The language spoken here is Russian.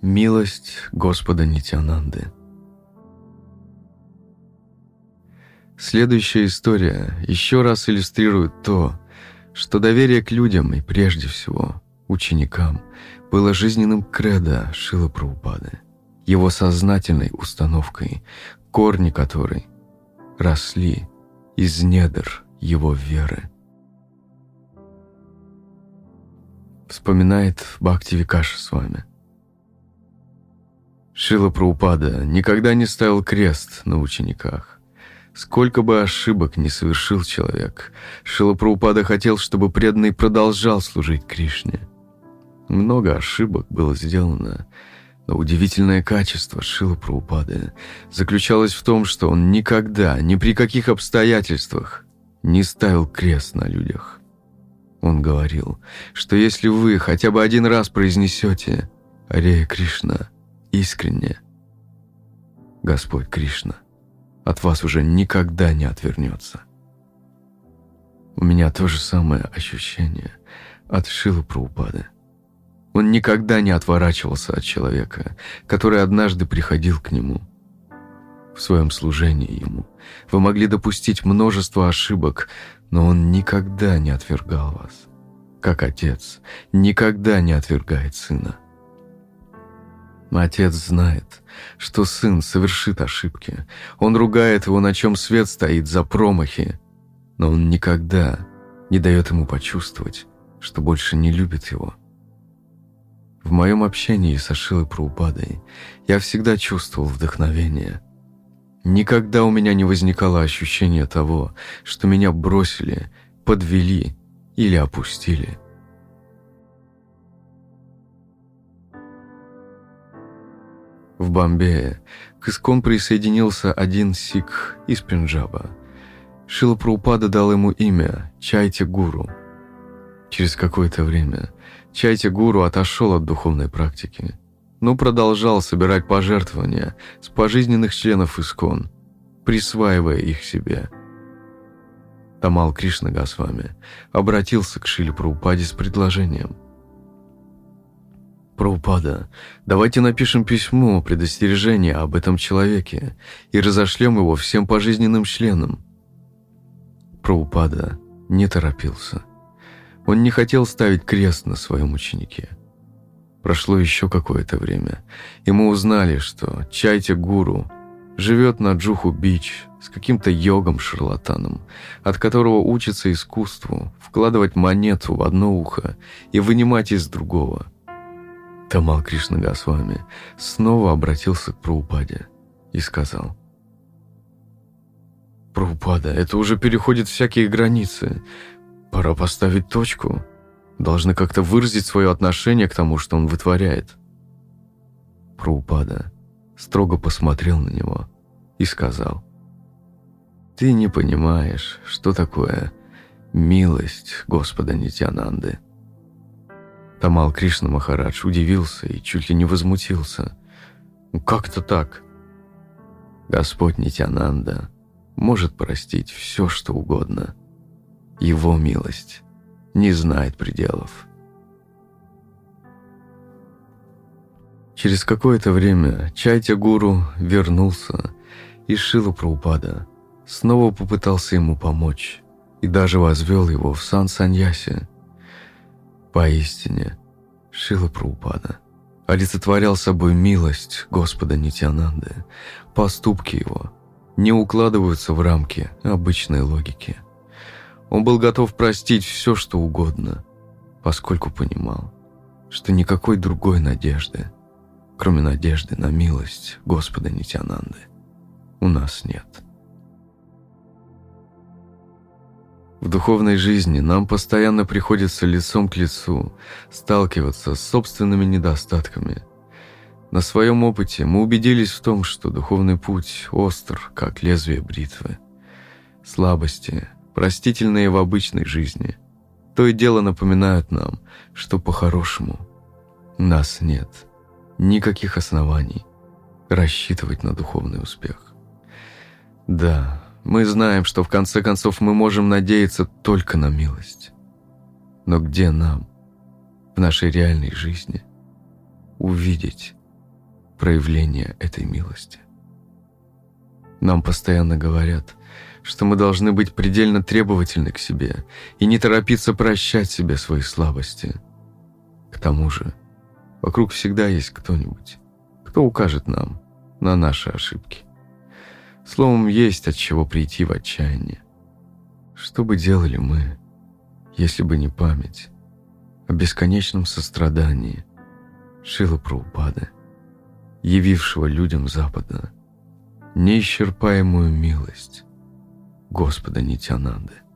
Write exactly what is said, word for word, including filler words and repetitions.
Милость Господа Нитьянанды. Следующая история еще раз иллюстрирует то, что доверие к людям и прежде всего ученикам было жизненным кредо Шрилы Прабхупады, его сознательной установкой, корни которой росли из недр его веры. Вспоминает Бхактивикаша Свами. Шрила Прабхупада никогда не ставил крест на учениках. Сколько бы ошибок ни совершил человек, Шрила Прабхупада хотел, чтобы преданный продолжал служить Кришне. Много ошибок было сделано, но удивительное качество Шрилы Прабхупады заключалось в том, что он никогда, ни при каких обстоятельствах не ставил крест на людях. Он говорил, что если вы хотя бы один раз произнесете «Харе Кришна» искренне, Господь Кришна от вас уже никогда не отвернется. У меня то же самое ощущение от Шрилы Прабхупады. Он никогда не отворачивался от человека, который однажды приходил к нему. В своем служении ему вы могли допустить множество ошибок, но он никогда не отвергал вас, как отец никогда не отвергает сына. Отец знает, что сын совершит ошибки. Он ругает его, на чем свет стоит, за промахи, но он никогда не дает ему почувствовать, что больше не любит его. В моем общении со Шрилой Прабхупадой я всегда чувствовал вдохновение. Никогда у меня не возникало ощущения того, что меня бросили, подвели или опустили. В Бомбее к ИСККОН присоединился один сикх из Пенджаба. Шрила Прабхупада дал ему имя Чайтя Гуру. Через какое-то время Чайтя Гуру отошел от духовной практики, но продолжал собирать пожертвования с пожизненных членов ИСККОН, присваивая их себе. Тамал Кришна Госвами обратился к Шриле Прабхупаде с предложением: «Прабхупада, давайте напишем письмо предостережения об этом человеке и разошлем его всем пожизненным членам». Прабхупада не торопился. Он не хотел ставить крест на своем ученике. Прошло еще какое-то время, и мы узнали, что Чайтя Гуру живет на Джуху-Бич с каким-то йогом-шарлатаном, от которого учится искусству вкладывать монету в одно ухо и вынимать из другого. Тамал Кришна Госвами снова обратился к Прабхупаде и сказал: «Прабхупада, это уже переходит всякие границы. Пора поставить точку. Должны как-то выразить свое отношение к тому, что он вытворяет». Прабхупада строго посмотрел на него и сказал: «Ты не понимаешь, что такое милость Господа Нитьянанды». Тамал Кришна Махарадж удивился и чуть ли не возмутился. «Как это так?» Господь Нитьянанда может простить все, что угодно. Его милость не знает пределов. Через какое-то время Чайтя Гуру вернулся, и Шрила Прабхупада снова попытался ему помочь и даже возвел его в сан саньяси. Поистине, Шрила Прабхупада олицетворял собой милость Господа Нитьянанды. Поступки его не укладываются в рамки обычной логики. Он был готов простить все, что угодно, поскольку понимал, что никакой другой надежды, кроме надежды на милость Господа Нитьянанды, у нас нет. В духовной жизни нам постоянно приходится лицом к лицу сталкиваться с собственными недостатками. На своем опыте мы убедились в том, что духовный путь остр, как лезвие бритвы. Слабости, простительные в обычной жизни, то и дело напоминают нам, что по-хорошему у нас нет никаких оснований рассчитывать на духовный успех. Да, мы знаем, что в конце концов мы можем надеяться только на милость. Но где нам, в нашей реальной жизни, увидеть проявление этой милости. Нам постоянно говорят, что мы должны быть предельно требовательны к себе и не торопиться прощать себе свои слабости. К тому же, вокруг всегда есть кто-нибудь, кто укажет нам на наши ошибки. Словом, есть от чего прийти в отчаяние. Что бы делали мы, если бы не память о бесконечном сострадании Шрилы Прабхупады, явившего людям Запада неисчерпаемую милость Господа Нитьянанды?